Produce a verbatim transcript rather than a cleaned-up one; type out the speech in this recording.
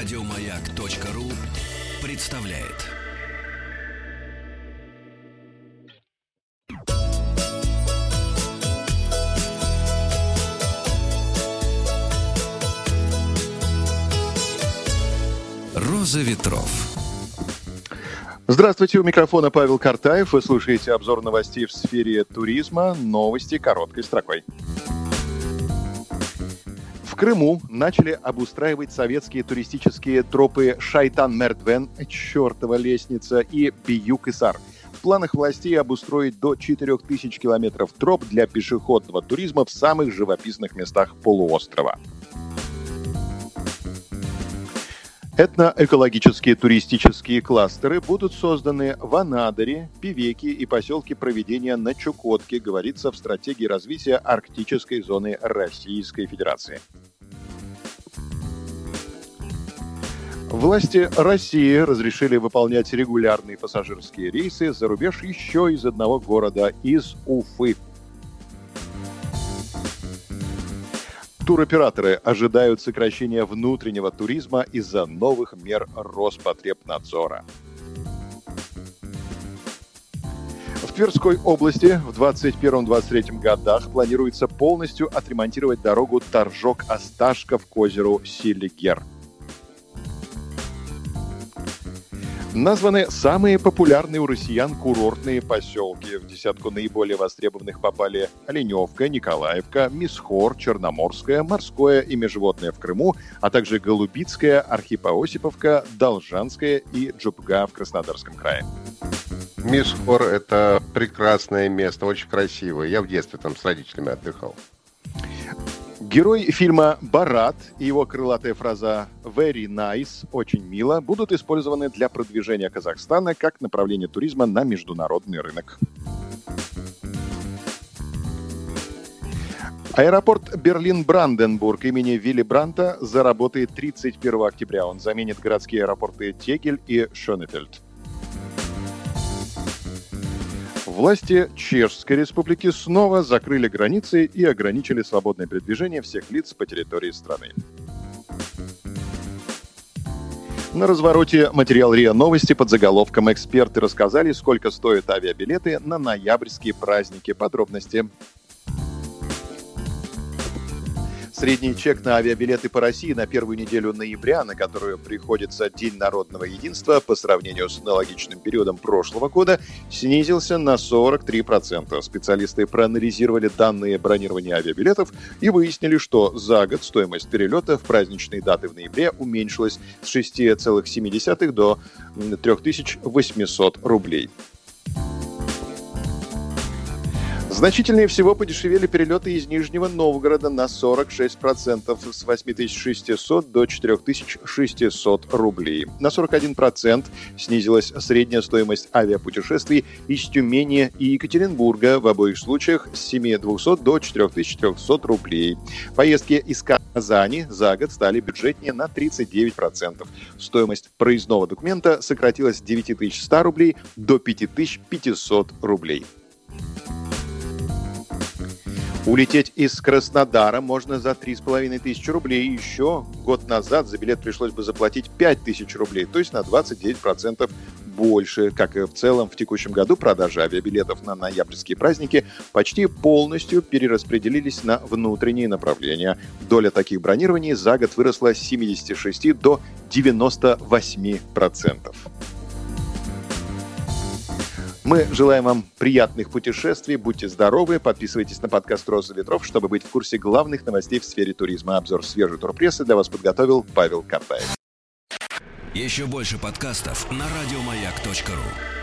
Радиомаяк.ру представляет. Роза ветров. Здравствуйте, у микрофона Павел Картаев. Вы слушаете обзор новостей в сфере туризма. Новости короткой строкой. В Крыму начали обустраивать советские туристические тропы Шайтан-Мердвен, чертова лестница, и Бийук-Исар. В планах властей обустроить до четырех тысяч километров троп для пешеходного туризма в самых живописных местах полуострова. Этноэкологические туристические кластеры будут созданы в Анадыре, Певеке и поселке Провидения на Чукотке, говорится в стратегии развития арктической зоны Российской Федерации. Власти России разрешили выполнять регулярные пассажирские рейсы за рубеж еще из одного города, из Уфы. Туроператоры ожидают сокращения внутреннего туризма из-за новых мер Роспотребнадзора. В Тверской области в двадцать первом - двадцать третьем годах планируется полностью отремонтировать дорогу Торжок-Осташков к озеру Селигер. Названы самые популярные у россиян курортные поселки. В десятку наиболее востребованных попали Оленевка, Николаевка, Мисхор, Черноморское, Морское, имя животное в Крыму, а также Голубицкая, Архипоосиповка, Должанская и Джубга в Краснодарском крае. Мисхор – это прекрасное место, очень красивое. Я в детстве там с родителями отдыхал. Герой фильма «Борат» и его крылатая фраза «very nice» – «очень мило» будут использованы для продвижения Казахстана как направление туризма на международный рынок. Аэропорт Берлин-Бранденбург имени Вилли Бранта заработает тридцать первого октября. Он заменит городские аэропорты Тегель и Шönефельд. Власти Чешской Республики снова закрыли границы и ограничили свободное передвижение всех лиц по территории страны. На развороте материал РИА Новости под заголовком «Эксперты рассказали, сколько стоят авиабилеты на ноябрьские праздники». Подробности. Средний чек на авиабилеты по России на первую неделю ноября, на которую приходится День народного единства, по сравнению с аналогичным периодом прошлого года, снизился на сорок три процента. Специалисты проанализировали данные бронирования авиабилетов и выяснили, что за год стоимость перелета в праздничные даты в ноябре уменьшилась с шести целых семи десятых до три тысячи восемьсот рублей. Значительнее всего подешевели перелеты из Нижнего Новгорода на сорок шесть процентов, с восемь тысяч шестисот до четыре тысячи шестисот рублей. На сорок один процент снизилась средняя стоимость авиапутешествий из Тюмени и Екатеринбурга, в обоих случаях с семь тысяч двухсот до четыре тысячи трехсот рублей. Поездки из Казани за год стали бюджетнее на тридцать девять процентов. Стоимость проездного документа сократилась с девять тысяч ста рублей до пять тысяч пятисот рублей. Улететь из Краснодара можно за три с половиной тысячи рублей. Еще год назад за билет пришлось бы заплатить пять тысяч рублей, то есть на двадцать девять процентов больше. Как и в целом, в текущем году продажи авиабилетов на ноябрьские праздники почти полностью перераспределились на внутренние направления. Доля таких бронирований за год выросла с семидесяти шести до девяноста восьми процентов. Мы желаем вам приятных путешествий, будьте здоровы, подписывайтесь на подкаст «Роза ветров», чтобы быть в курсе главных новостей в сфере туризма. Обзор свежей турпрессы для вас подготовил Павел Картаев. Еще больше подкастов на радиомаяк точка ру.